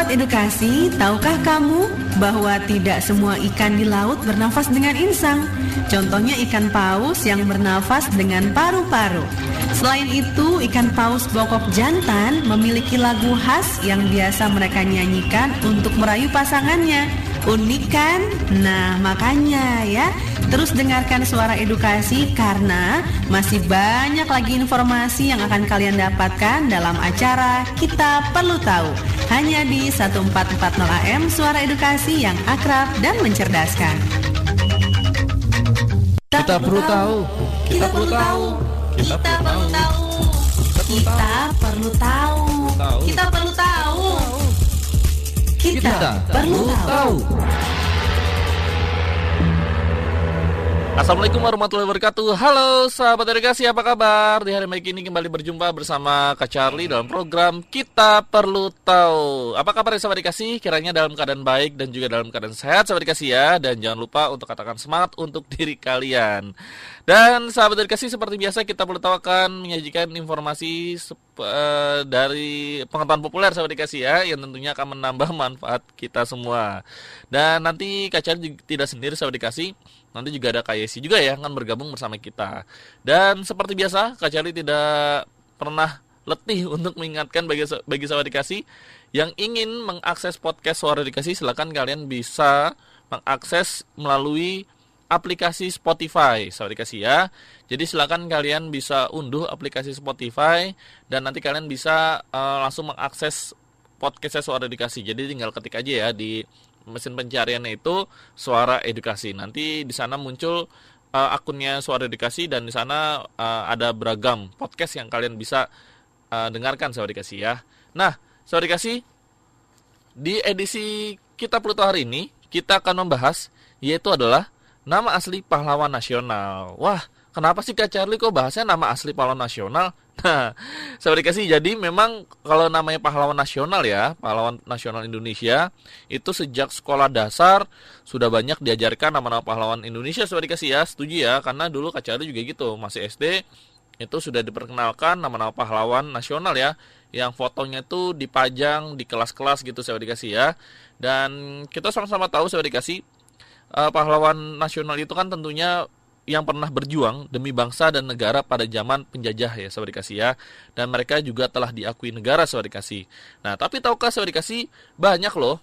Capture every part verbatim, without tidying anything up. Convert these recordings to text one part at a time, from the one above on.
Sobat Edukasi, tahukah kamu bahwa tidak semua ikan di laut bernafas dengan insang? Contohnya ikan paus yang bernafas dengan paru-paru. Selain itu, ikan paus bokok jantan memiliki lagu khas yang biasa mereka nyanyikan untuk merayu pasangannya. Unik kan? Nah, makanya ya, terus dengarkan Suara Edukasi karena masih banyak lagi informasi yang akan kalian dapatkan dalam acara Kita Perlu Tahu. Hanya di seribu empat ratus empat puluh A M Suara Edukasi yang akrab dan mencerdaskan. Kita perlu tahu. Kita perlu tahu. Kita perlu tahu. Kita perlu tahu. Kita perlu tahu. Kita perlu tahu. Assalamualaikum warahmatullahi wabarakatuh. Halo sahabat edukasi, apa kabar? Di hari baik ini kembali berjumpa bersama Kak Charlie dalam program Kita Perlu Tahu. Apa kabar sahabat edukasi? Kiranya dalam keadaan baik dan juga dalam keadaan sehat sahabat edukasi ya. Dan jangan lupa untuk katakan semangat untuk diri kalian. Dan sahabat edukasi, seperti biasa Kita Perlu Tahu akan menyajikan informasi uh, dari pengetahuan populer sahabat edukasi ya, yang tentunya akan menambah manfaat kita semua. Dan nanti Kak Charlie tidak sendiri sahabat edukasi. Nanti juga ada Kak Yesi juga ya, akan bergabung bersama kita. Dan seperti biasa, Kak Charlie tidak pernah letih untuk mengingatkan bagi, bagi sahabat edukasi yang ingin mengakses podcast Suara Edukasi, silakan kalian bisa mengakses melalui aplikasi Spotify, sahabat edukasi ya. Jadi silakan kalian bisa unduh aplikasi Spotify dan nanti kalian bisa uh, langsung mengakses podcast Suara Edukasi. Jadi tinggal ketik aja ya di mesin pencariannya itu Suara Edukasi. Nanti di sana muncul uh, akunnya Suara Edukasi dan di sana uh, ada beragam podcast yang kalian bisa uh, dengarkan Suara Edukasi ya. Nah, Suara Edukasi, di edisi Kita Perlu Tahu hari ini kita akan membahas yaitu adalah nama asli pahlawan nasional. Wah, kenapa sih Kak Charlie kok bahasnya nama asli pahlawan nasional? Nah, sahabat edukasi, jadi memang kalau namanya pahlawan nasional ya, pahlawan nasional Indonesia, itu sejak sekolah dasar sudah banyak diajarkan nama-nama pahlawan Indonesia, sahabat edukasi ya. Setuju ya, karena dulu Kak Charlie juga gitu, masih S D itu sudah diperkenalkan nama-nama pahlawan nasional ya, yang fotonya itu dipajang di kelas-kelas gitu sahabat edukasi ya. Dan kita sama-sama tahu sahabat edukasi, uh, pahlawan nasional itu kan tentunya yang pernah berjuang demi bangsa dan negara pada zaman penjajah ya sahabat edukasi ya. Dan mereka juga telah diakui negara sahabat edukasi. Nah, tapi tahukah sahabat edukasi, banyak loh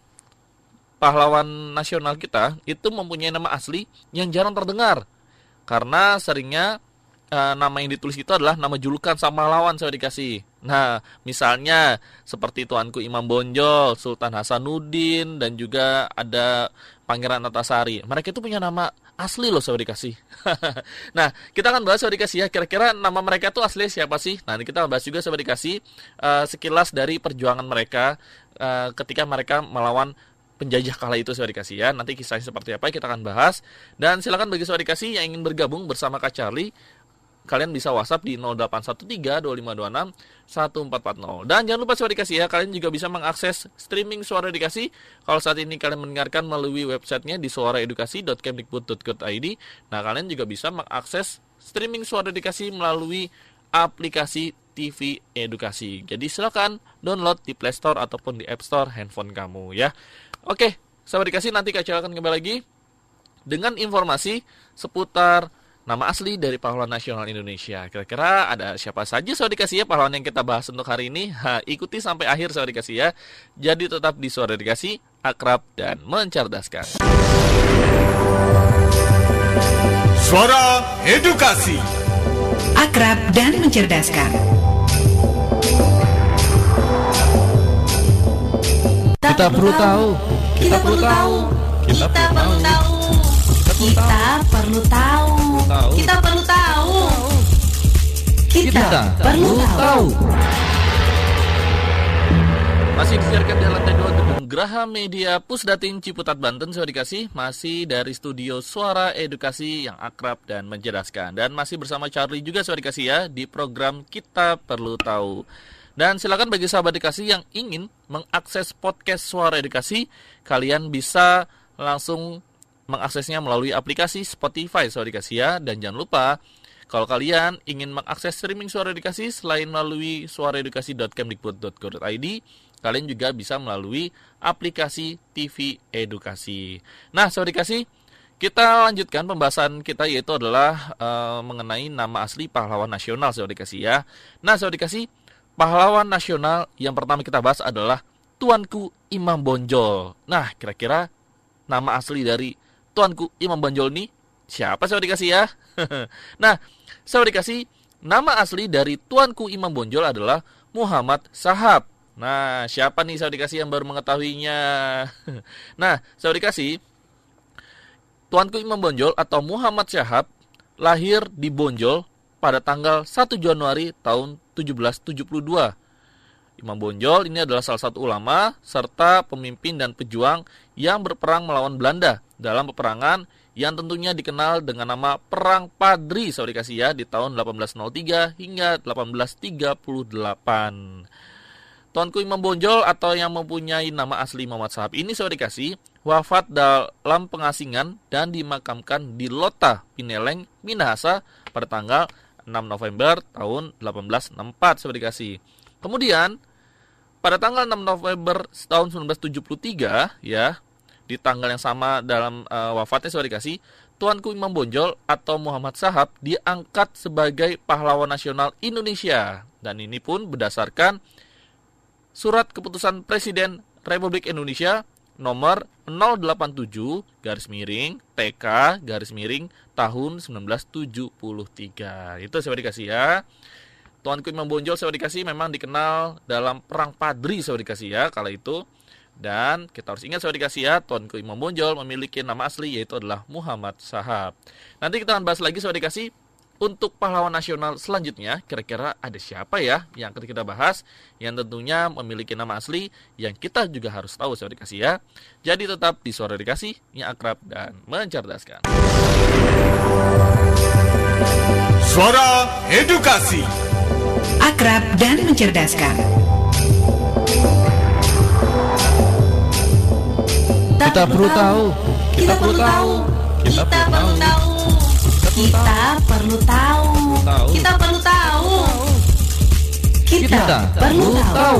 pahlawan nasional kita itu mempunyai nama asli yang jarang terdengar. Karena seringnya uh, nama yang ditulis itu adalah nama julukan sama pahlawan sahabat edukasi. Nah, misalnya seperti Tuanku Imam Bonjol, Sultan Hasanuddin, dan juga ada Pangeran Antasari. Mereka itu punya nama asli loh sahabat edukasi. Nah, kita akan bahas sahabat edukasi ya, kira-kira nama mereka itu asli siapa sih? Nah, ini kita bahas juga sahabat edukasi uh, sekilas dari perjuangan mereka uh, ketika mereka melawan penjajah kala itu sahabat edukasi ya. Nanti kisahnya seperti apa kita akan bahas. Dan silakan bagi sahabat edukasi yang ingin bergabung bersama Kak Charlie, kalian bisa WhatsApp di nol delapan satu tiga dua lima dua enam satu empat empat nol. Dan jangan lupa Suara Edukasi ya, kalian juga bisa mengakses streaming Suara Edukasi. Kalau saat ini kalian mendengarkan melalui websitenya di suara edukasi dot kemdikbud dot go dot i d. Nah, kalian juga bisa mengakses streaming Suara Edukasi melalui aplikasi T V Edukasi. Jadi silakan download di Play Store ataupun di App Store handphone kamu ya. Oke, Suara Edukasi, nanti Kak Charlie akan kembali lagi dengan informasi seputar nama asli dari pahlawan nasional Indonesia. Kira-kira ada siapa saja sahabat edukasi ya pahlawan yang kita bahas untuk hari ini? Ha, ikuti sampai akhir sahabat edukasi ya. Jadi tetap di Suara Edukasi, akrab dan mencerdaskan. Suara Edukasi, akrab dan mencerdaskan. Kita perlu tahu. Kita perlu tahu. Kita perlu tahu. Kita perlu tahu. Kita perlu tahu. Kita perlu tahu. Masih disiarkan di lantai dua Gedung Graha Media Pusdatin Ciputat Banten sahabat edukasi, masih dari studio Suara Edukasi yang akrab dan mencerdaskan. Dan masih bersama Charlie juga sahabat edukasi ya di program Kita Perlu Tahu. Dan silakan bagi sahabat edukasi yang ingin mengakses podcast Suara Edukasi, kalian bisa langsung mengaksesnya melalui aplikasi Spotify sahabat edukasi ya. Dan jangan lupa, kalau kalian ingin mengakses streaming Suara Edukasi selain melalui suara edukasi dot kemdikbud dot go dot i d, kalian juga bisa melalui aplikasi T V Edukasi. Nah, Sobat Edukasi, kita lanjutkan pembahasan kita, yaitu adalah uh, mengenai nama asli pahlawan nasional, Sobat Edukasi ya. Nah, Sobat Edukasi, pahlawan nasional yang pertama kita bahas adalah Tuanku Imam Bonjol. Nah, kira-kira nama asli dari Tuanku Imam Bonjol ini siapa, Sobat Edukasi ya? Nah, Sobat Edukasi, nama asli dari Tuanku Imam Bonjol adalah Muhammad Shahab. Nah, siapa nih Sobat Edukasi yang baru mengetahuinya? Nah, Sobat Edukasi, Tuanku Imam Bonjol atau Muhammad Shahab lahir di Bonjol pada tanggal satu Januari tahun tujuh belas tujuh puluh dua. Imam Bonjol ini adalah salah satu ulama serta pemimpin dan pejuang yang berperang melawan Belanda dalam peperangan yang tentunya dikenal dengan nama Perang Padri, Sobat Edukasi ya, di tahun delapan belas nol tiga hingga delapan belas tiga puluh delapan. Tuanku Imam Bonjol atau yang mempunyai nama asli Muhammad Shahab ini, Sobat Edukasi, wafat dalam pengasingan dan dimakamkan di Lota, Pineleng, Minahasa pada tanggal enam November tahun delapan belas enam puluh empat, Sobat Edukasi. Kemudian pada tanggal enam November tahun sembilan belas tujuh puluh tiga ya, di tanggal yang sama dalam uh, wafatnya, Sobat Edukasi, Tuanku Imam Bonjol atau Muhammad Shahab diangkat sebagai pahlawan nasional Indonesia, dan ini pun berdasarkan Surat Keputusan Presiden Republik Indonesia nomor nol delapan tujuh garis miring T K garis miring tahun sembilan belas tujuh puluh tiga. Itu Sobat Edukasi ya. Tuanku Imam Bonjol, Sobat Edukasi, memang dikenal dalam Perang Padri, Sobat Edukasi ya, kala itu. Dan kita harus ingat, Sobat Edukasi ya, Tuanku Imam Bonjol memiliki nama asli yaitu adalah Muhammad Shahab. Nanti kita akan bahas lagi, Sobat Edukasi, untuk pahlawan nasional selanjutnya, kira-kira ada siapa ya yang akan kita bahas, yang tentunya memiliki nama asli yang kita juga harus tahu, Sobat Edukasi ya. Jadi tetap di Suara Edukasi yang akrab dan mencerdaskan. Suara Edukasi, akrab dan mencerdaskan. Kita perlu tahu. Kita perlu tahu. Kita perlu tahu. Kita perlu tahu. Kita perlu tahu. Kita perlu tahu.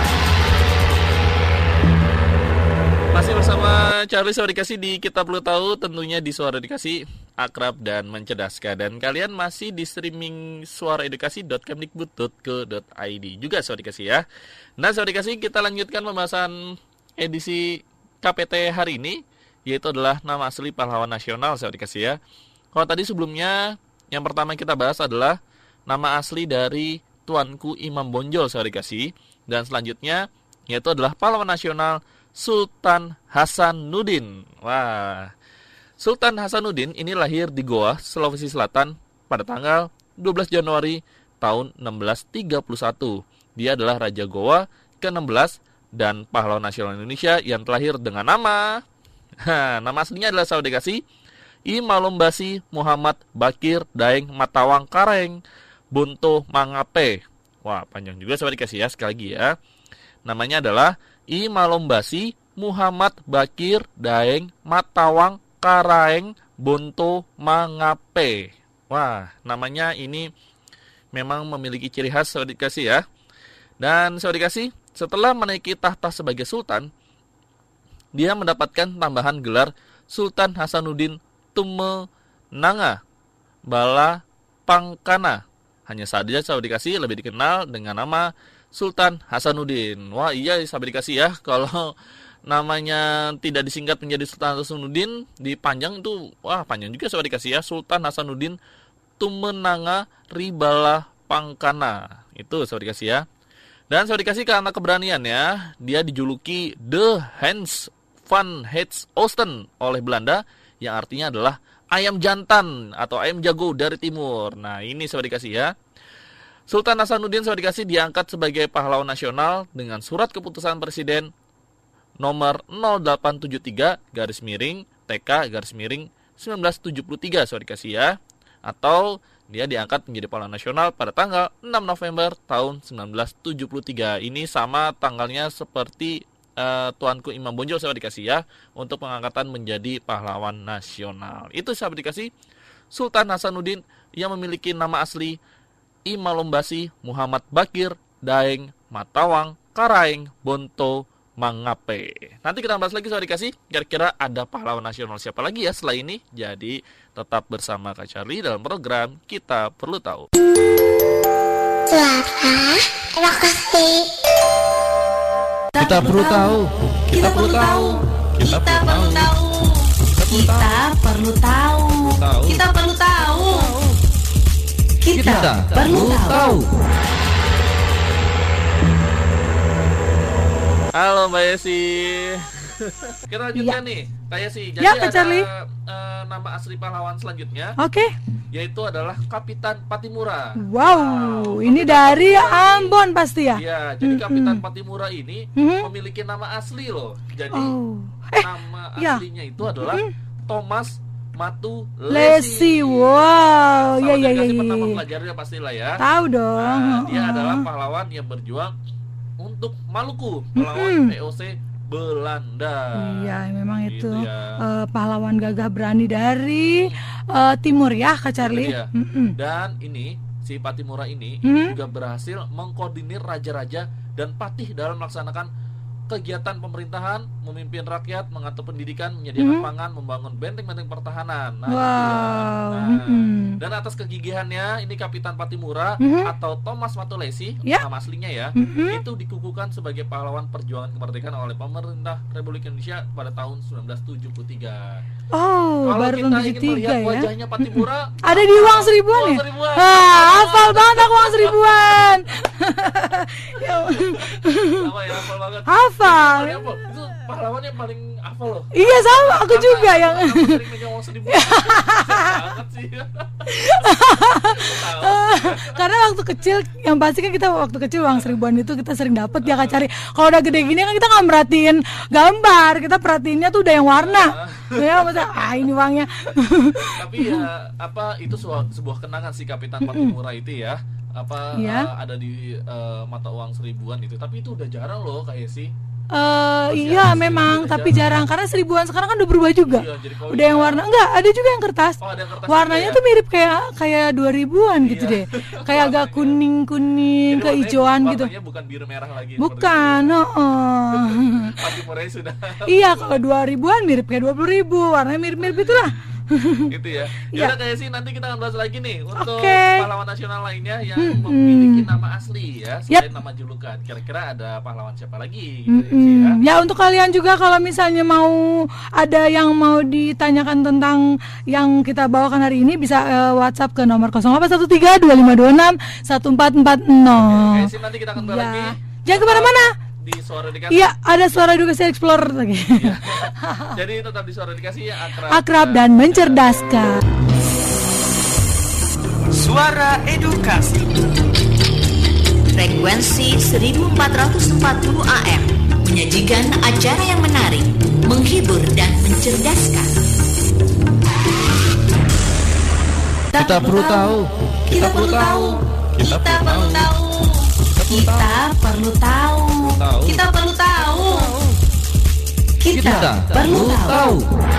Masih bersama Charlie, Suara Edukasi di Kita Perlu Tahu, tentunya di Suara Edukasi akrab dan mencerdaskan. Dan kalian masih di streaming suara edukasi dot kemdikbud dot go dot i d juga, Suara Edukasi ya. Nah, Suara Edukasi, kita lanjutkan pembahasan edisi K P T hari ini, yaitu adalah nama asli pahlawan nasional, Sobat Edukasi ya. Kalau tadi sebelumnya yang pertama kita bahas adalah nama asli dari Tuanku Imam Bonjol, Sobat Edukasi, dan selanjutnya yaitu adalah pahlawan nasional Sultan Hasanuddin. Wah, Sultan Hasanuddin ini lahir di Goa, Sulawesi Selatan pada tanggal dua belas Januari tahun enam belas tiga puluh satu. Dia adalah Raja Goa ke enam belas dan pahlawan nasional Indonesia yang terlahir dengan nama ha, nama aslinya adalah, Sobat Edukasi, I Malombasi Muhammad Bakir Daeng Matawang Kareng Bonto Mangape. Wah, panjang juga, Sobat Edukasi ya. Sekali lagi ya, namanya adalah I Malombasi Muhammad Bakir Daeng Matawang Kareng Bonto Mangape. Wah, namanya ini memang memiliki ciri khas, Sobat Edukasi ya. Dan Sobat Edukasi, setelah menaiki tahta sebagai sultan, dia mendapatkan tambahan gelar Sultan Hasanuddin Tumenanga Bala Pangkana. Hanya saja, Sobat Edukasi, lebih dikenal dengan nama Sultan Hasanuddin. Wah, iya, Sobat Edukasi ya, kalau namanya tidak disingkat menjadi Sultan Hasanuddin, dipanjang itu, wah, panjang juga, Sobat Edukasi ya. Sultan Hasanuddin Tumenanga Ribala Pangkana. Itu, Sobat Edukasi ya. Dan Sobat Edukasi, karena keberaniannya, dia dijuluki The Hans van het Oosten oleh Belanda, yang artinya adalah ayam jantan atau ayam jago dari timur. Nah, ini Sobat Edukasi ya. Sultan Hasanuddin, Sobat Edukasi, diangkat sebagai pahlawan nasional dengan Surat Keputusan Presiden nomor nol delapan tujuh tiga garis miring T K garis miring sembilan belas tujuh puluh tiga, Sobat Edukasi ya. Atau dia diangkat menjadi pahlawan nasional pada tanggal enam November tahun sembilan belas tujuh puluh tiga. Ini sama tanggalnya seperti uh, Tuanku Imam Bonjol, Sobat Edukasi ya, untuk pengangkatan menjadi pahlawan nasional. Itu, Sobat Edukasi, Sultan Hasanuddin yang memiliki nama asli I Malombasi Muhammad Bakir Daeng Matawang Karaeng Bonto Mangape. Nanti kita bahas lagi soal dikasih. Kira-kira ada pahlawan nasional siapa lagi ya setelah ini? Jadi tetap bersama Kak Charlie dalam program Kita Perlu Tahu. Suara edukasi. Kita perlu tahu. Kita perlu tahu. Kita perlu tahu. Kita perlu tahu. Kita perlu tahu. Kita perlu tahu. Halo Mbak Yesi. Kita lanjutkan Ya. nih Kak Yesi. Jadi Ya, Kak ada Charlie. uh, nama asli pahlawan selanjutnya, Oke. yaitu adalah Kapitan Patimura. Wow, ini Kapitan dari Patimura ini- Ambon pasti ya? Iya, jadi Kapitan Patimura ini Mhm. memiliki nama asli loh. Jadi Oh. Eh, nama ya. aslinya itu adalah Thomas Matu Lesi. Lesi. Wow, ya Sahabat ya ya. dikasih ya. pernah mempelajarinya pastilah ya. Tahu dong. Nah, dia Heeh. adalah pahlawan yang berjuang untuk Maluku melawan Mm-mm. V O C Belanda. Iya, memang Gitu itu ya. eh, pahlawan gagah berani dari eh, timur ya, Kak Charlie. Itu dia. Mm-mm. Dan ini si Patimura ini, Hmm. ini juga berhasil mengkoordinir raja-raja dan patih dalam melaksanakan kegiatan pemerintahan, memimpin rakyat, mengatur pendidikan, menyediakan Hmm. pangan, membangun benteng-benteng pertahanan. Nah, Wow. itu ya. Nah, Mm-mm. dan atas kegigihannya, ini Kapitan Patimura Mhm. atau Thomas Matulesi, Ya. nama aslinya ya, Mhm. itu dikukuhkan sebagai pahlawan perjuangan kemerdekaan oleh pemerintah Republik Indonesia pada tahun sembilan belas tujuh puluh tiga. Oh, Kalau baru kita tahun ingin tujuh puluh tiga melihat ya. wajahnya Patimura, Ada di uang seribuan uang ya? seribuan. Ah, hafal banget aku uang seribuan. Ya, Sama ya, hafal banget. Hafal. Paling hafal. Itu pahlawan yang paling hafal loh. Iya sama, aku Karena- juga yang karena aku sering megang uang seribu. Banget sih. Tahu. karena waktu kecil yang pasti kan kita waktu kecil uang seribuan itu kita sering dapet ya Kak Cari. Kalau udah gede gini kan kita nggak merhatiin gambar, kita perhatiinnya tuh udah yang warna. Ya masa ah ini uangnya. Tapi ya apa itu sebuah, sebuah kenangan si Kapitan Patimura itu ya. Apa Iya. eh, ada di eh, mata uang seribuan itu. Tapi itu udah jarang loh kayak sih. Eh Masih iya ada memang, seribuan tapi jarang. jarang karena seribuan sekarang kan udah berubah juga. Iya, jadi kalau Udah yang warna enggak, ada juga yang kertas. Oh, ada yang kertas Warnanya juga ya? tuh mirip kayak kayak dua ribuan gitu Iya. deh. Kayak agak Warnanya. kuning-kuning, Jadi kehijauan warnanya- gitu. warnanya bukan biru merah lagi. Bukan, heeh. Patimura sudah Iya, kalau dua ribuan mirip kayak dua puluh ribu, warnanya mirip-mirip itulah. gitu ya. Iya. Ya udah kayak sih nanti kita akan bahas lagi nih untuk Oke. pahlawan nasional lainnya yang Mm-mm. memiliki nama asli ya, selain Yap. nama julukan. Kira-kira ada pahlawan siapa lagi gitu ya, sih, ya. Mm-mm. Ya untuk kalian juga kalau misalnya mau ada yang mau ditanyakan tentang yang kita bawakan hari ini bisa eh, WhatsApp ke nomor nol delapan satu tiga dua lima dua enam satu empat empat nol. Kayak sih nanti kita akan bahas lagi. Ya. Jangan kemana-mana. Di Suara Dikasih. Iya, ada Suara Edukasi Explorer lagi. Jadi tetap di Suara Dikasih ya, akrab, Akrab dan mencerdaskan. Suara Edukasi. Frekuensi seribu empat ratus empat puluh A M menyajikan acara yang menarik, menghibur dan mencerdaskan. Kita perlu tahu. Kita perlu tahu. Kita perlu tahu. Kita perlu tahu. Kita perlu tahu. Kita perlu tahu.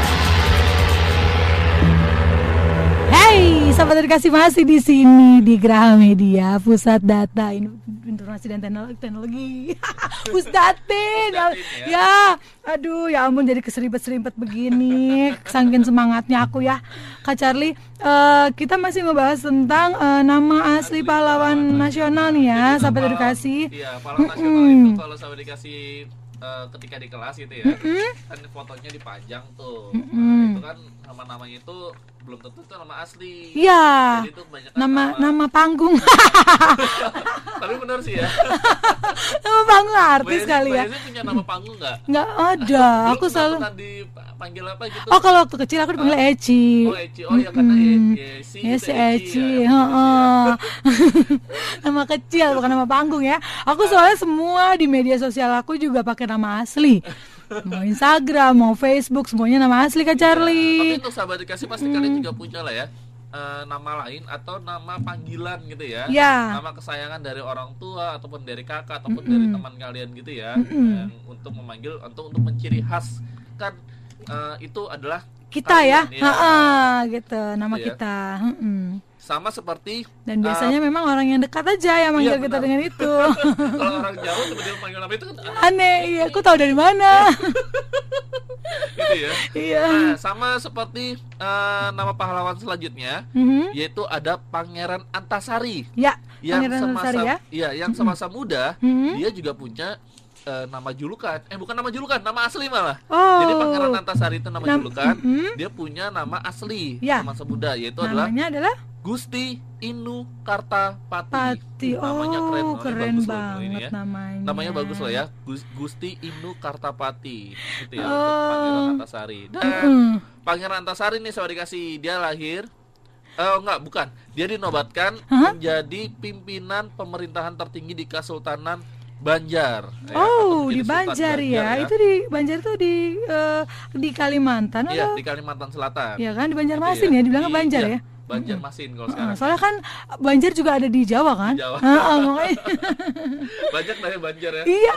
Hey, sahabat edukasi masih di sini di Graha Media, Pusat Data Informasi dan Teknologi. teknologi. Pusdatin. Ya, Pusdatin, ya, aduh, ya ampun jadi keseribet-seribet begini. Saking semangatnya aku ya, Kak Charlie. eh, kita masih ngebahas tentang eh, nama asli pahlawan nasional nih ya, Jadi sahabat untuk edukasi. pahlawan- Iya, pahlawan nasional Mm-mm. itu kalau Sahabat Dikasih eh, ketika di kelas itu ya, kan fotonya dipajang tuh. Nah, Mm-mm. itu kan nama-namanya itu belum tentu itu nama asli. Iya, Jadi itu kebanyakan nama nama panggung. Tapi benar sih ya. Nama panggung artis Mbak Yesi- kali Mbak ya. Yesi punya nama panggung nggak? Nggak ada, Dulu aku nggak selalu. pernah dipanggil apa gitu. Oh kalau waktu kecil aku dipanggil Eci. Oh, Eci. Oh ya karena Mm-mm. Ye- Yesi Ya itu si Eci Eci, ya. heeh. Nama kecil bukan nama panggung ya. Aku soalnya semua di media sosial aku juga pakai nama asli. Mau Instagram, mau Facebook, semuanya nama asli Kak Tapi Charlie. untuk Sahabat Dikasih pasti kalian juga punya lah ya, eh, nama lain atau nama panggilan gitu ya. Ya. Nama kesayangan dari orang tua ataupun dari kakak ataupun dari teman kalian gitu ya. Mm-mm. Yang untuk memanggil untuk untuk menciri khas kan eh, itu adalah Kita ya, kalian, heeh, gitu, nama Gitu ya. kita. Mm-mm. sama seperti Dan biasanya uh, memang orang yang dekat aja yang manggil iya, kita dengan itu. Kalau orang jauh tiba-tiba panggil nama itu kan aneh. Iya, aku tahu dari mana. Gitu ya. Iya. Nah, sama seperti uh, nama pahlawan selanjutnya, mm-hmm. yaitu ada Pangeran Antasari. Ya, yang Pangeran semasa, Antasari ya. Iya, yang semasa mm-hmm. muda, mm-hmm. dia juga punya uh, nama julukan. Eh, bukan nama julukan, nama asli malah. Oh. Jadi Pangeran Antasari itu nama Nam- julukan, mm-hmm. dia punya nama asli ya. semasa muda, yaitu namanya adalah, adalah Gusti Inu Kartapati. Pati. Oh, namanya keren, keren bagus banget ini ya. namanya. Namanya bagus loh ya, Gusti Inu Kartapati. Gitu ya, oh. untuk Pangeran Antasari. Dan mm-hmm. Pangeran Antasari nih saya dikasih, dia lahir Oh enggak, bukan. Dia dinobatkan huh? menjadi pimpinan pemerintahan tertinggi di Kesultanan Banjar. Oh, ya, di Banjar, Banjar ya. ya. Itu di Banjar itu di uh, di Kalimantan Iya, atau? di Kalimantan Selatan. Iya kan, di Banjarmasin ya, ya dibilangnya Banjar iya. ya. Banjarmasin kalau sekarang. Soalnya kan Banjar juga ada di Jawa kan? Di Jawa. Heeh, makanya. Banyak dari Banjar ya. Iya.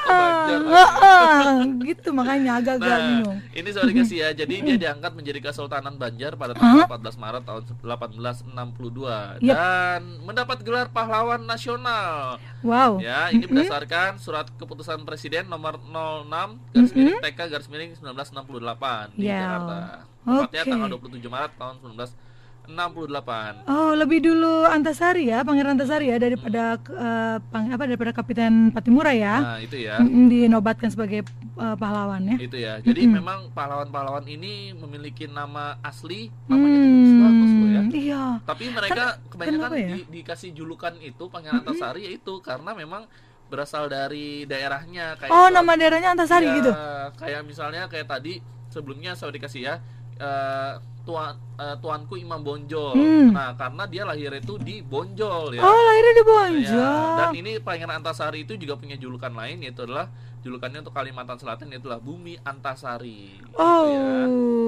Heeh, gitu makanya agak-agak nah, bingung. Ini saya dikasih ya. Jadi dia diangkat menjadi Kesultanan Banjar pada tanggal empat belas Maret tahun delapan belas enam puluh dua yep. dan mendapat gelar pahlawan nasional. Wow. Ya, ini berdasarkan surat keputusan Presiden nomor nol enam garis miring T K garis miring seribu sembilan ratus enam puluh delapan di yeah. Jakarta. Tepatnya okay. tanggal dua puluh tujuh Maret tahun seribu sembilan ratus enam puluh delapan. Oh, lebih dulu Antasari ya, Pangeran Antasari ya daripada hmm. uh, pang, apa daripada Kapiten Patimura ya. Nah, itu ya. Mm, dinobatkan sebagai uh, pahlawan ya. Itu ya. Jadi mm-hmm. memang pahlawan-pahlawan ini memiliki nama asli, namanya hmm. bagus loh ya. Iya. Tapi mereka kan, kebanyakan ya? di, dikasih julukan itu Pangeran Antasari mm-hmm. yaitu karena memang berasal dari daerahnya kayak oh, itu, nama daerahnya Antasari ya, gitu. Kayak misalnya kayak tadi sebelumnya saya dikasih ya uh, Tuan uh, tuanku Imam Bonjol. Hmm. Nah, karena dia lahir itu di Bonjol ya. Oh, lahirnya di Bonjol. Ya. Dan ini Pangeran Antasari itu juga punya julukan lain, yaitu adalah julukannya untuk Kalimantan Selatan, yaitu adalah Bumi Antasari. Oh. Gitu ya.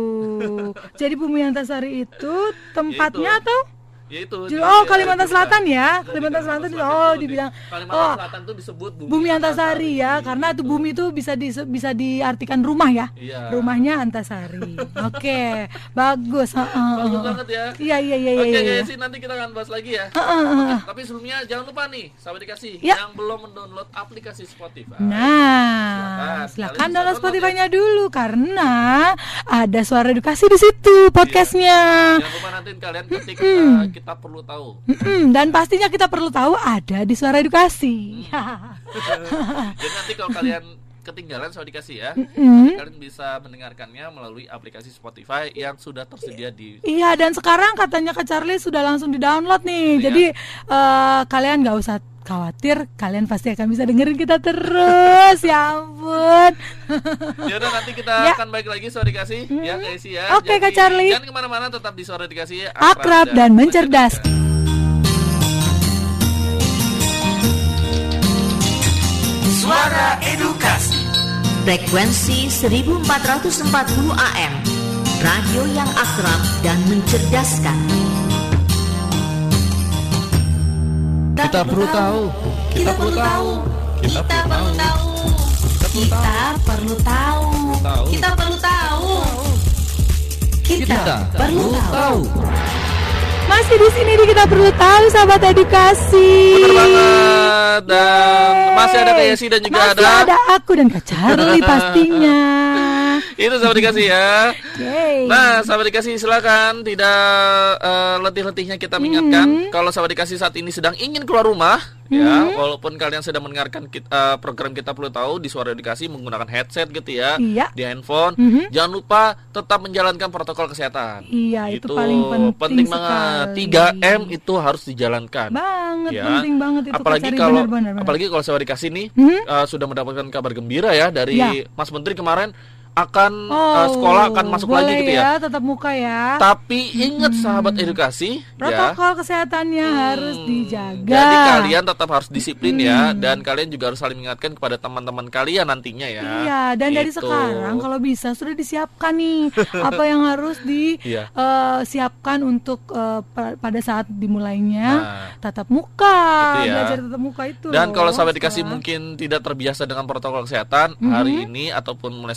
Jadi Bumi Antasari itu tempatnya Yaitu. atau? Yaitu oh, Kalimantan Selatan ya. Kalimantan Selatan itu oh dibilang Kalimantan Selatan itu disebut Bumi, Bumi Antasari ya, karena itu bumi itu bisa di, bisa diartikan rumah ya. Iya. Rumahnya Antasari. Oke, okay. Bagus. Uh-uh. Bagus banget ya. Iya iya iya. Oke, okay, iya, guys, nanti kita akan bahas lagi ya. Uh-uh. Okay, tapi sebelumnya jangan lupa nih, sahabat dikasih ya. yang belum mendownload aplikasi Spotify. Nah, silakan download Spotify-nya ya. dulu karena ada suara edukasi di situ podcastnya. Iya. Jangan lupa nanti kalian ketik mm. uh, kita perlu tahu. Mm-mm, dan pastinya kita perlu tahu ada di Suara Edukasi. Hmm. Jadi nanti kalau kalian ketinggalan Suara Edukasi ya, mm-hmm. kalian bisa mendengarkannya melalui aplikasi Spotify yang sudah tersedia di. Iya, dan sekarang katanya Kak Charlie sudah langsung di-download nih. Oh, Jadi ya? uh, kalian nggak usah khawatir, kalian pasti akan bisa dengerin kita terus. Ya ampun. Ya udah, nanti kita ya. akan balik lagi Suara Dikasih hmm. ya guys ya. Oke okay, Kak Charlie. Jangan kemana-mana, tetap di Suara Dikasih. Akrab, akrab dan, dan mencerdaskan. Suara Edukasi. Frekuensi seribu empat ratus empat puluh A M. Radio yang akrab dan mencerdaskan. Kita perlu tahu. Kita perlu tahu. Kita perlu tahu. Kita perlu tahu. Kita perlu tahu. Kita perlu tahu. Masih di sini di Kita Perlu Tahu, sahabat edukasi. Bener banget. Dan masih ada Kak Yesi dan juga masih ada Masih ada aku dan Kak Charlie pastinya. Itu sahabat dikasih ya. Okay. Nah, sahabat dikasih silakan tidak uh, letih-letihnya kita mengingatkan mm-hmm. kalau sahabat dikasih saat ini sedang ingin keluar rumah, mm-hmm. ya, walaupun kalian sedang mendengarkan kita, uh, program Kita Perlu Tahu di Suara Edukasi menggunakan headset gitu ya, iya. di handphone, mm-hmm. jangan lupa tetap menjalankan protokol kesehatan. Iya, gitu. itu paling penting, penting banget. tiga M itu harus dijalankan. Banget, ya. penting banget itu. Apalagi kalau apalagi kalau sahabat dikasih nih mm-hmm. uh, sudah mendapatkan kabar gembira ya dari ya. Mas Menteri kemarin akan oh, uh, sekolah akan masuk boleh lagi gitu ya. ya, tetap muka ya. Tapi ingat hmm. sahabat edukasi, protokol ya, kesehatannya hmm, harus dijaga. Jadi kalian tetap harus disiplin hmm. ya, dan kalian juga harus saling mengingatkan kepada teman-teman kalian nantinya ya. Iya, dan gitu. Dari sekarang kalau bisa sudah disiapkan nih apa yang harus disiapkan yeah. uh, untuk uh, pada saat dimulainya nah, tatap muka, gitu ya. Belajar tatap muka itu. Dan loh, kalau sahabat edukasi mungkin tidak terbiasa dengan protokol kesehatan, hmm. hari ini ataupun mulai sekarang itu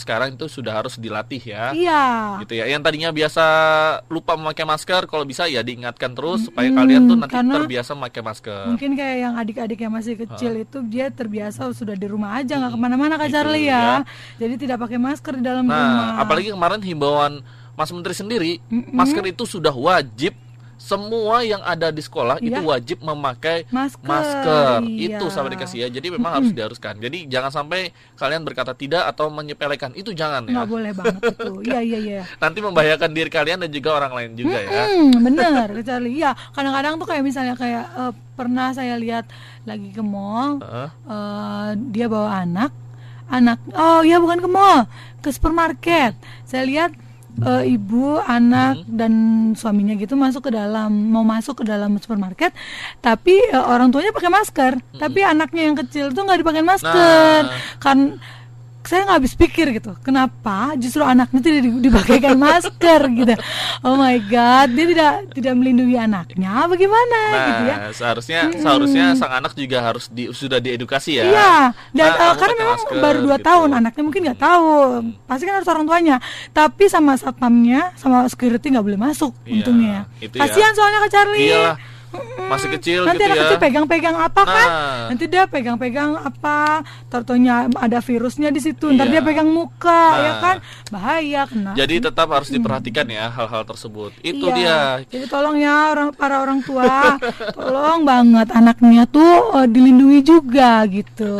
sudah harus dilatih ya. Iya. Gitu ya. Yang tadinya biasa lupa memakai masker, kalau bisa ya diingatkan terus supaya hmm, kalian tuh nanti karena terbiasa memakai masker. Mungkin kayak yang adik-adik yang masih kecil huh? itu dia terbiasa sudah di rumah aja, nggak kemana-mana Kak Charlie ya. ya. Jadi tidak pakai masker di dalam nah, rumah. Nah, apalagi kemarin himbauan Mas Menteri sendiri, mm-hmm. masker itu sudah wajib. Semua yang ada di sekolah iya. itu wajib memakai masker, masker. Iya. Itu sahabat dikasih ya. Jadi memang mm-hmm. harus diharuskan. Jadi jangan sampai kalian berkata tidak atau menyepelekan. Itu jangan ya. Nggak boleh banget itu. Iya iya iya. Nanti membahayakan diri kalian dan juga orang lain juga mm-hmm. ya. Bener, Charlie. Iya, kadang-kadang tuh kayak misalnya kayak uh, pernah saya lihat lagi ke mall, uh-huh. uh, dia bawa anak, anak. Oh iya bukan ke mall, ke supermarket. Saya lihat Uh, ibu, anak hmm. dan suaminya gitu masuk ke dalam, mau masuk ke dalam supermarket, tapi uh, orang tuanya pakai masker, hmm. tapi anaknya yang kecil tuh nggak dipakai masker, nah. kan saya nggak habis pikir gitu, kenapa justru anaknya tidak dipakaikan masker gitu. Oh my god, dia tidak tidak melindungi anaknya, bagaimana nah, gitu ya? Seharusnya hmm. seharusnya sang anak juga harus di, sudah diedukasi ya. Iya, dan nah, uh, karena memang masker, baru dua gitu. tahun, anaknya mungkin nggak tahu, pasti kan harus orang tuanya. Tapi sama satpamnya, sama security nggak boleh masuk, iya, untungnya. Kasihan ya. Soalnya Kak Charlie. Iyalah. Masih kecil nanti gitu anak ya. Nanti pegang-pegang apa nah. kan? Nanti dia pegang-pegang apa? Tortonya ada virusnya di situ. Ntar iya. dia pegang muka, nah. ya kan? Bahaya kena. Jadi tetap harus diperhatikan ya hal-hal tersebut. Itu iya. dia. Jadi tolong ya orang para orang tua, tolong banget anaknya tuh uh, dilindungi juga gitu.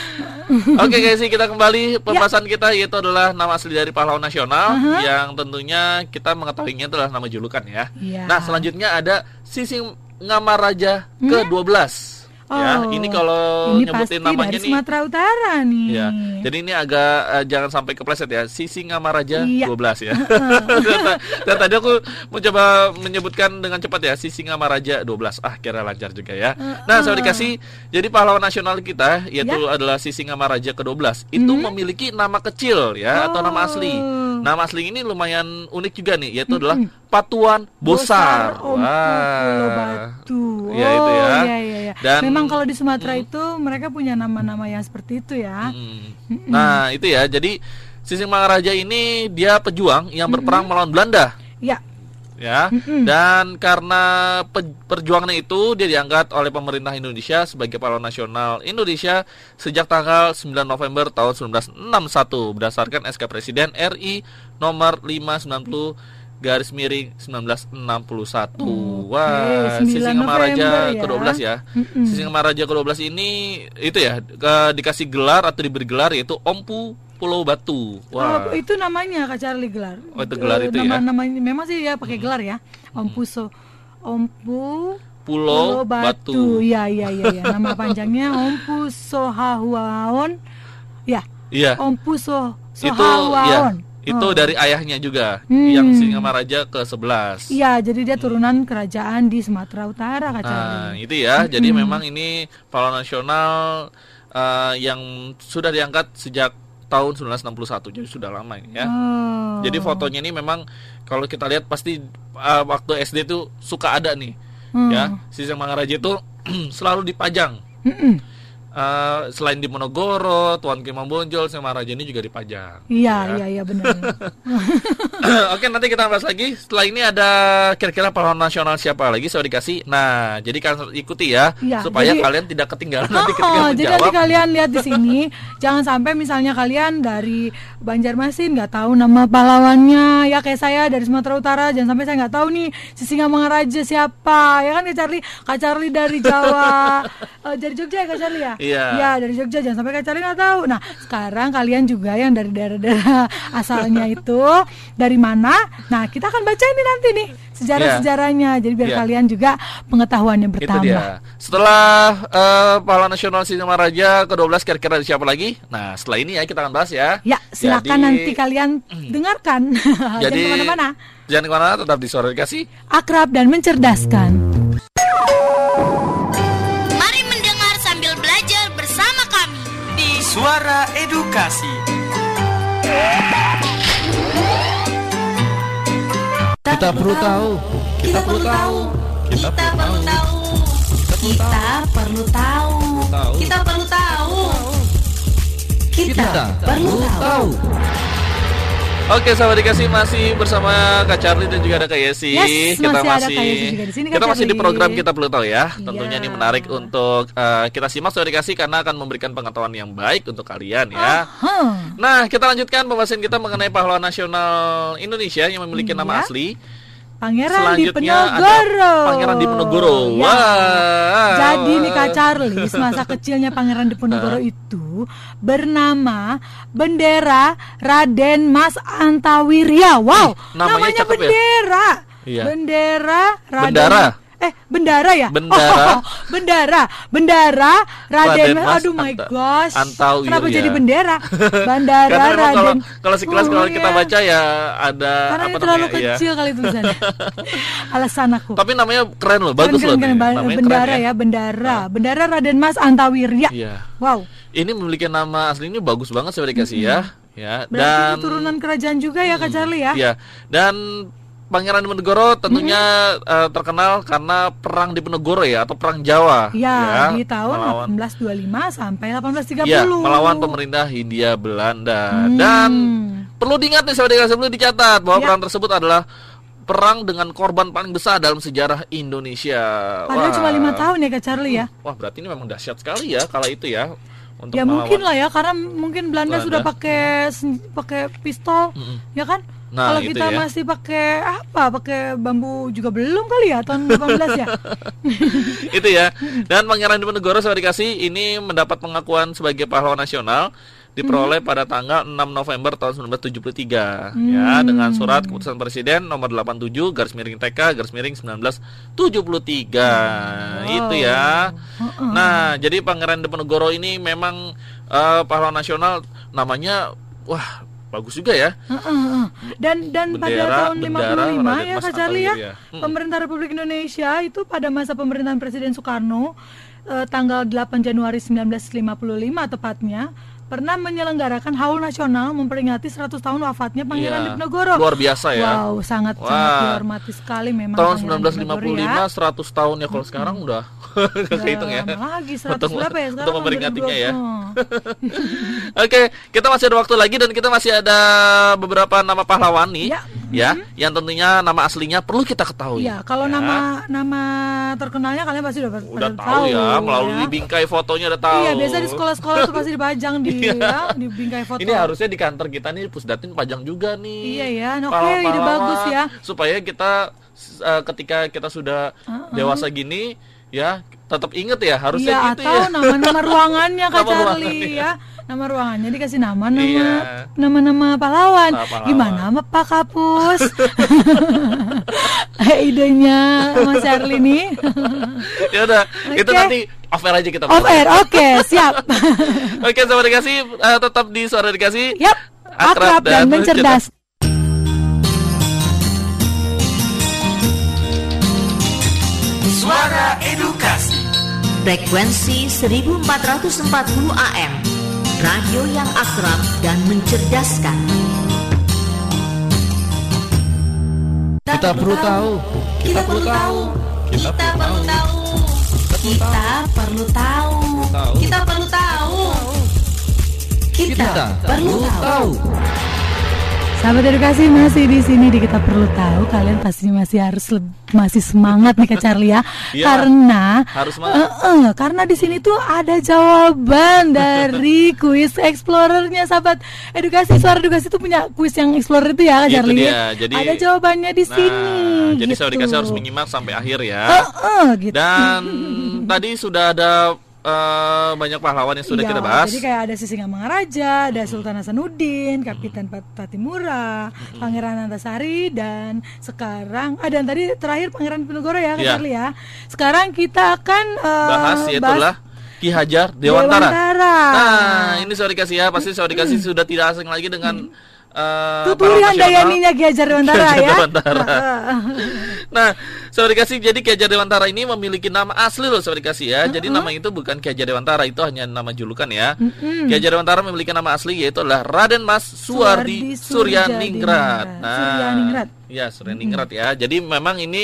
Oke okay, guys, kita kembali pembahasan ya. kita yaitu adalah nama asli dari pahlawan nasional uh-huh. yang tentunya kita mengetahuinya adalah nama julukan ya. ya. Nah selanjutnya ada Sising Ngamaraja hmm? ke dua belas. Oh, ya, ini kalau ini nyebutin pasti namanya dari nih Sumatera Utara nih. Ya, jadi ini agak uh, jangan sampai kepleset ya. Sising Ngamaraja iya. dua belas ya. dan, dan tadi aku mencoba menyebutkan dengan cepat ya, Sising Ngamaraja dua belas. Ah, kira lancar juga ya. Nah, saya dikasih jadi pahlawan nasional kita yaitu ya. adalah Sising Ngamaraja ke dua belas. Itu hmm? memiliki nama kecil ya oh. atau nama asli. Nama asli ini lumayan unik juga nih, yaitu hmm. adalah Patuan Bosar. Bosar Wah. Batu. Ya itu ya. Iya, iya, iya. Dan memang kalau di Sumatera hmm. itu mereka punya nama-nama yang seperti itu ya. Hmm. Hmm. Nah, itu ya. Jadi Sising Ngamaraja ini dia pejuang yang berperang hmm. melawan Belanda. Ya. Ya. Hmm. Dan karena pe- perjuangannya itu dia diangkat oleh pemerintah Indonesia sebagai pahlawan nasional Indonesia sejak tanggal sembilan November tahun seribu sembilan ratus enam puluh satu berdasarkan S K Presiden R I nomor lima ratus sembilan puluh garis miring seribu sembilan ratus enam puluh satu. Okay, Wah, Sising Ngamaraja ya. ke dua belas ya. Mm-mm. Sising Ngamaraja ke dua belas ini itu ya ke, dikasih gelar atau diberi gelar yaitu Ompu Pulau Batu. Wah. Oh, itu namanya Kak Charlie gelar. Oh, itu gelar itu nama, ya. Namanya memang sih ya pakai gelar ya. Ompu so Ompu Pulau, Pulau Batu. Iya iya iya ya. Nama panjangnya Ompu Sohawaon. Ya. Iya. Ompu So Sohawaon. Itu oh. dari ayahnya juga hmm. yang Sising Ngamaraja ke sebelas. Iya, jadi dia turunan hmm. kerajaan di Sumatera Utara Kak Charlie. Nah, itu ya. Hmm. Jadi memang ini pahlawan nasional uh, yang sudah diangkat sejak tahun seribu sembilan ratus enam puluh satu. Jadi sudah lama ini ya. Oh. Jadi fotonya ini memang kalau kita lihat pasti uh, waktu S D itu suka ada nih. Hmm. Ya, Sising Ngamaraja itu selalu dipajang. Hmm. Uh, selain di Monogoro, Tuan Kimang Bonjol, Ngamaraja ini juga dipajang. Iya, iya, iya benar. Oke, nanti kita bahas lagi. Setelah ini ada kira-kira pahlawan nasional siapa lagi saya dikasih. Nah, jadi kalian ikuti ya, ya supaya jadi, kalian tidak ketinggalan nanti ketika oh, menjawab. Jadi nanti kalian lihat di sini, jangan sampai misalnya kalian dari Banjarmasin nggak tahu nama pahlawannya, ya kayak saya dari Sumatera Utara, jangan sampai saya nggak tahu nih Sising Ngamaraja siapa, ya kan Kak Charlie, Kak Charlie dari Jawa, uh, dari Jogja ya Kak Charlie ya. Iya. Ya dari Jogja, jangan sampai Kak Charlie nggak tahu. Nah sekarang kalian juga yang dari daerah-daerah asalnya itu dari mana? Nah kita akan baca ini nanti nih sejarah-sejarahnya. Jadi biar yeah. kalian juga pengetahuannya bertambah. Itu dia. Setelah uh, pahlawan nasional Sising Ngamaraja ke dua belas kira-kira siapa lagi? Nah setelah ini ya kita akan bahas ya. Ya silakan jadi, nanti kalian dengarkan. Jadi jangan kemana-mana. Jangan kemana-mana, tetap di Suara Edukasi. Akrab dan mencerdaskan. Suara Edukasi. Kita perlu tahu. Kita perlu tahu. Kita perlu tahu. Kita perlu tahu. Kita perlu tahu. Kita perlu tahu. Oke, sahabat dikasih masih bersama Kak Charlie dan juga ada Kak Yesi. Yes, kita masih, masih ada Kak Yesi juga di sini, Kak kita masih di Charlie. program Kita Perlu Tahu ya. Tentunya Iya. ini menarik untuk uh, kita simak sahabat dikasih karena akan memberikan pengetahuan yang baik untuk kalian ya. Huh. Nah, kita lanjutkan pembahasan kita mengenai pahlawan nasional Indonesia yang memiliki Iya. nama asli. Pangeran Selanjutnya Diponegoro. ada Pangeran Diponegoro. Ya. Wah. Jadi nih Kak Charlie, masa kecilnya Pangeran Diponegoro itu bernama Bendera Raden Mas Antawirya. Wow, Ih, namanya namanya cakep ya? Bendera. Iya. Bendera Raden. Bendara. Eh, Bendara ya? Bendara. Oh, Bendara. Bendara Raden. Raden Mas Aduh my Anta- gosh. Antawirya. Kenapa jadi bendera? Bandara Karena memang kalau Raden. kalau sekilas Oh, kalau iya. kita baca ya ada Karena apa ini terlalu namanya ya. kecil kali tulisannya. Alasan aku. Tapi namanya keren loh, bagus loh. Keren, keren, nih. keren. Namanya Bendara keren ya, Bendara. Bendara Raden Mas Antawirya. Iya. Wow. Ini memiliki nama aslinya bagus banget saya dikasih ya. Ya. Berarti Dan keturunan kerajaan juga ya Kak Charlie ya? Iya. Dan Pangeran Diponegoro tentunya eh, terkenal karena perang Diponegoro ya atau perang Jawa. Ya, di tahun melawan, delapan belas dua puluh lima sampai delapan belas tiga ya, puluh. melawan pemerintah Hindia Belanda. Hmm. Dan perlu diingat nih sahabat dikasih, perlu dicatat bahwa Ya. perang tersebut adalah perang dengan korban paling besar dalam sejarah Indonesia. Padahal Wah. cuma lima tahun ya Kak Charlie ya? Wah, berarti ini memang dahsyat sekali ya kala itu ya. Untuk Ya melawan. mungkin lah ya, karena mungkin Belanda, Belanda. sudah pakai sen- pakai pistol, ya kan? Nah, Kalau itu kita ya. masih pakai apa? Pakai bambu juga belum kali ya tahun delapan belas ya? Itu ya. Dan Pangeran Diponegoro sahabat dikasih ini mendapat pengakuan sebagai pahlawan nasional diperoleh pada tanggal enam November tahun seribu sembilan ratus tujuh puluh tiga ya, dengan surat keputusan presiden nomor delapan puluh tujuh garis miring T K garis miring seribu sembilan ratus tujuh puluh tiga. Itu ya. Nah, jadi Pangeran Diponegoro ini memang eh, pahlawan nasional, namanya wah bagus juga ya. Heeh, heeh. Dan dan pada Bendera- tahun lima bendera puluh lima Raden ya Mas Kak Charlie ya, Antawirya. Hmm. pemerintah Republik Indonesia itu pada masa pemerintahan Presiden Soekarno eh, tanggal delapan Januari seribu sembilan ratus lima puluh lima tepatnya pernah menyelenggarakan haul nasional memperingati seratus tahun wafatnya Pangeran Iya, Diponegoro. luar biasa ya. Wow, sangat Wah. sangat dihormati sekali memang Tahun Pangeran seribu sembilan ratus lima puluh lima Diponegoro ya. seratus tahun ya, kalau sekarang udah Udah kehitung ya. lama lagi seratus Untuk- berapa ya sekarang? untuk memperingatinya ya. dua ribu dua puluh. Oke, kita masih ada waktu lagi dan kita masih ada beberapa nama pahlawan nih, Ya. ya, yang tentunya nama aslinya perlu kita ketahui. Iya, kalau Ya. nama nama terkenalnya kalian pasti udah, udah pada tahu ya, melalui ya. bingkai fotonya udah tahu. Iya, biasa di sekolah-sekolah tuh pasti dipajang di Iya. ya, di bingkai foto. Ini harusnya di kantor kita nih Pusdatin pajang juga nih. Iya ya, oke, pahlawan-pahlawan, ide bagus ya. Supaya kita uh, ketika kita sudah dewasa gini ya tetap inget ya, harusnya Iya, gitu atau ya. nama-nama ruangannya Kak Nama Charlie ruangannya. ya. Nama ruangannya dikasih nama-nama Iya. nama-nama pahlawan. Nama pahlawan. Gimana sama Pak Kapus? Eh, idenya Mas Charlie nih. Ya udah, itu Oke. nanti off air aja kita. Off air, oke, siap. Oke, sahabat dikasih, uh, tetap di Suara Dikasih. Yap, akrab dan mencerdas. Suara Edukasi. Frekuensi seribu empat ratus empat puluh A M. Radio yang akrab dan mencerdaskan. Kita perlu tahu. Kita perlu tahu. Kita perlu tahu. Kita perlu tahu. Kita perlu tahu. Kita perlu tahu. Sahabat edukasi masih di sini di Kita Perlu Tahu. Kalian pasti masih harus leb- masih semangat nih Kak Charlie ya. Iya, Karena harus semangat. eh, eh, karena di sini tuh ada jawaban dari kuis explorernya sahabat edukasi. Suara edukasi tuh punya kuis yang explorer itu ya Kak Itu Charlie. dia, jadi- ada jawabannya di Nah, sini. jadi gitu. Sahabat Dikasih harus menyimak sampai akhir ya. Eh, eh, gitu. Dan tadi sudah ada uh, banyak pahlawan yang sudah Iya, kita bahas. Jadi kayak ada Sisingamangaraja, ada Sultan Hasanuddin, Kapitan Pat- Patimura, Pangeran Antasari, dan sekarang ada yang tadi terakhir Pangeran Diponegoro ya, Kak Iya. Charlie ya. Sekarang kita akan eh, Bahas yaitu bahas adalah Ki Hajar Dewantara. Dewantara. Nah, ini Sahabat Dikasih ya, pasti Sahabat Dikasih sudah tidak asing lagi dengan uh, Tutulian pahlawan nasional. Dayaninya Ki Hajar Dewantara Ki Hajar ya. Dewantara. Nah, Sahabat Dikasih, jadi Ki Hajar Dewantara ini memiliki nama asli loh Sahabat Dikasih ya. Jadi nama itu bukan Ki Hajar Dewantara, itu hanya nama julukan ya. Ki Hajar Dewantara memiliki nama asli yaitu adalah Raden Mas Suwardi Suwardi Suryaningrat. Suryaningrat. Suryaningrat. Ya, Suryaningrat ya. Jadi memang ini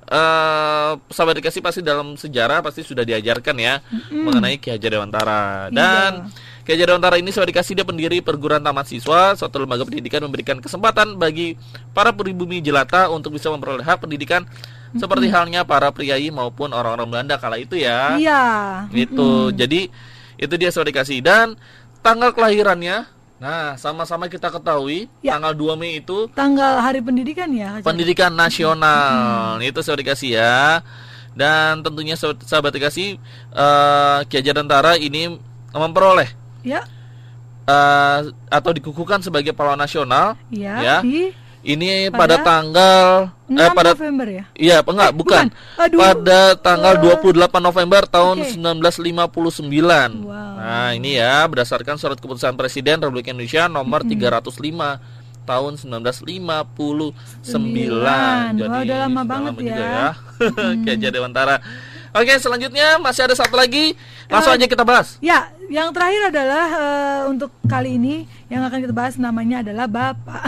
uh, sahabat edukasi pasti dalam sejarah pasti sudah diajarkan ya mm-hmm. mengenai Ki Hajar Dewantara. Dan iya. Ki Hajar Dewantara ini sahabat edukasi dia pendiri perguruan taman siswa, suatu lembaga pendidikan memberikan kesempatan bagi para pribumi jelata untuk bisa memperoleh hak pendidikan mm-hmm. seperti halnya para priai maupun orang-orang Belanda kala itu ya. Iya. Gitu. Mm-hmm. Jadi itu dia sahabat edukasi. Dan tanggal kelahirannya, nah, sama-sama kita ketahui ya. Tanggal dua Mei itu tanggal Hari Pendidikan ya. Pendidikan Nasional. Hmm. Itu sahabat dikasih ya. Dan tentunya sahabat dikasih uh, Ki Hajar Dewantara ini memperoleh ya. Uh, atau dikukuhkan sebagai pahlawan nasional ya. Ya. Di Ini pada, pada tanggal enam eh, pada November ya? Iya, enggak, eh, bukan. bukan. Pada tanggal dua puluh delapan November tahun okay. sembilan belas lima puluh sembilan. Wow. Nah, ini ya berdasarkan surat keputusan Presiden Republik Indonesia nomor mm-hmm. tiga ratus lima tahun sembilan belas lima puluh sembilan. Jadi wow, udah lama banget ya. ya. Ki Hajar Dewantara. Oke, selanjutnya masih ada satu lagi. Langsung uh, aja kita bahas. Ya, yang terakhir adalah uh, untuk kali ini yang akan kita bahas namanya adalah Bapak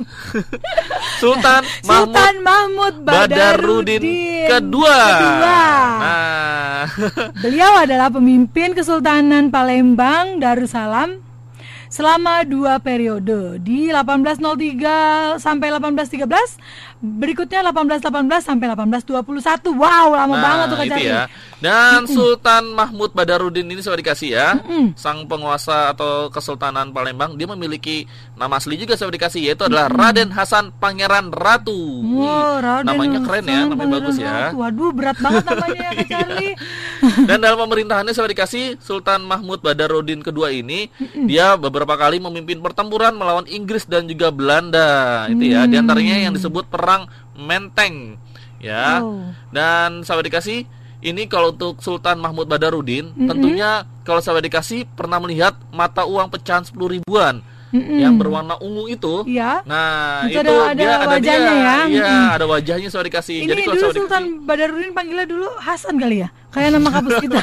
Sultan Mahmud, Sultan Mahmud Badarudin kedua. kedua. Nah. Beliau adalah pemimpin Kesultanan Palembang Darussalam selama dua periode di delapan belas nol tiga sampai delapan belas tiga belas, berikutnya delapan belas delapan belas sampai delapan belas dua puluh satu. Wow, lama nah, banget tuh Kak Charlie. Ya. Dan mm-mm. Sultan Mahmud Badarudin ini sudah dikasih ya, mm-mm. sang penguasa atau Kesultanan Palembang, dia memiliki nama asli juga sudah dikasih, yaitu adalah mm-mm. Raden Hasan Pangeran Ratu. Wow, Raden namanya keren ya, namanya Pangeran bagus ya. Ratu. Waduh, berat banget namanya ya Kak Charlie. Dan dalam pemerintahannya sudah dikasih Sultan Mahmud Badarudin kedua ini, mm-mm. dia beberapa kali memimpin pertempuran melawan Inggris dan juga Belanda. Mm. Itu ya, diantaranya yang disebut perang Menteng ya. Oh. Dan sahabat dikasih, ini kalau untuk Sultan Mahmud Badarudin, mm-hmm. tentunya kalau sahabat dikasih pernah melihat mata uang pecahan sepuluh ribuan mm-hmm. yang berwarna ungu itu. Ya. Nah, itu, itu ada, dia ada wajahnya dia. Ya. Iya, mm-hmm. ada wajahnya sahabat dikasih. Ini jadi kalau dulu Sultan dikasih, Badarudin panggilnya dulu Hasan kali ya. Kayak nama kampus kita.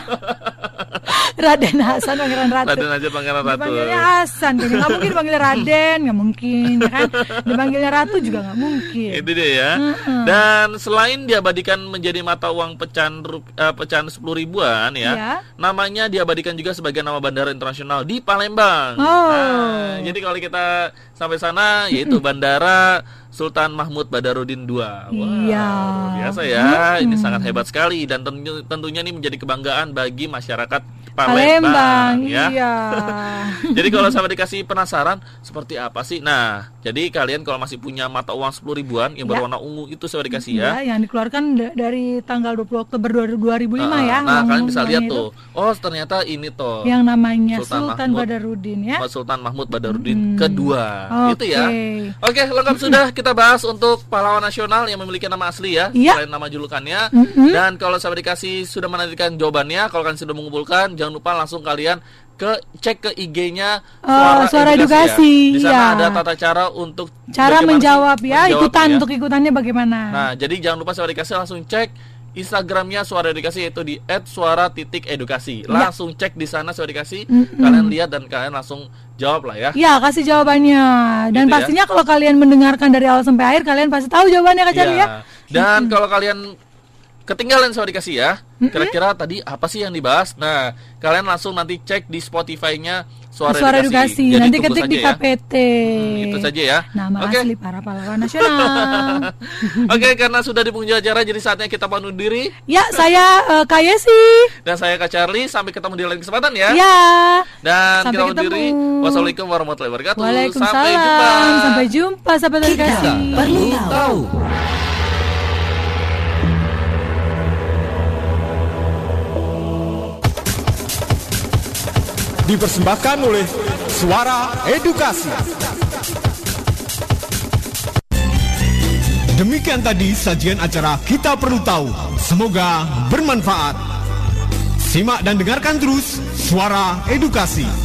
Raden Hasan Pangeran Ratu. Raden aja Pangeran Ratu. Dipanggilnya Hasan, jadi nggak mungkin dipanggil Raden, nggak mungkin, ya kan? Dipanggilnya Ratu juga nggak mungkin. Itu dia ya. Uh-uh. Dan selain diabadikan menjadi mata uang pecahan uh, pecahan sepuluh ribuan ya, ya, namanya diabadikan juga sebagai nama bandara internasional di Palembang. Oh. Nah, jadi kalau kita sampai sana, yaitu Bandara Sultan Mahmud Badarudin kedua. Wah, iya. luar biasa ya. Hmm. Ini sangat hebat sekali dan tentu, tentunya ini menjadi kebanggaan bagi masyarakat Palembang, Palembang ya. Iya. Jadi kalau sahabat dikasih penasaran seperti apa sih? Nah, jadi kalian kalau masih punya mata uang sepuluh ribuan yang ya. berwarna ungu itu sahabat dikasih ya. Ya, yang dikeluarkan d- dari tanggal dua puluh Oktober dua ribu lima uh, ya. Nah, kalian bisa lihat itu. tuh. Oh, ternyata ini tuh. Yang namanya Sultan, Sultan Mahmud, Badarudin ya. Sultan Mahmud Badarudin hmm. kedua. Okay. Itu ya. Oke, lengkap sudah kita bahas untuk pahlawan nasional yang memiliki nama asli ya, ya. selain nama julukannya. Mm-hmm. Dan kalau sahabat dikasih sudah menantikan jawabannya, kalau kalian sudah mengumpulkan, jangan lupa langsung kalian ke cek ke I G-nya Suara, uh, Suara Edukasi. Ya. Di sana ya. ada tata cara untuk cara menjawab ya, menjawab, ikutan ya. untuk ikutannya bagaimana. Nah, jadi jangan lupa sahabat dikasih langsung cek Instagramnya Suara Edukasi, yaitu di et suara titik edukasi. Langsung ya. cek di sana Suara Edukasi, mm-hmm. kalian lihat dan kalian langsung jawab lah ya. Ya, kasih jawabannya. Dan gitu pastinya ya. Kalau kalian mendengarkan dari awal sampai akhir, kalian pasti tahu jawabannya Kak Charlie ya. Dan mm-hmm. kalau kalian ketinggalan Suara Dikasih ya, mm-hmm. kira-kira tadi apa sih yang dibahas? Nah, kalian langsung nanti cek di Spotify-nya Suara, Suara Edukasi. Edukasi. Nanti ketik di K P T. Hmm, itu saja ya. Nama okay. asli para pahlawan nasional. Oke, okay, karena sudah di penghujung acara, jadi saatnya kita pamit diri. Ya, saya uh, Kak Yesi. Dan saya Kak Charlie. Sampai ketemu di lain kesempatan ya. Ya. Dan sampai kita pamit diri. Wassalamualaikum warahmatullahi wabarakatuh. Waalaikumsalam. Sampai jumpa. Sampai jumpa, sahabat Edukasi. Perlu tahu. Dipersembahkan oleh Suara Edukasi. Demikian tadi sajian acara Kita Perlu Tahu. Semoga bermanfaat. Simak dan dengarkan terus Suara Edukasi.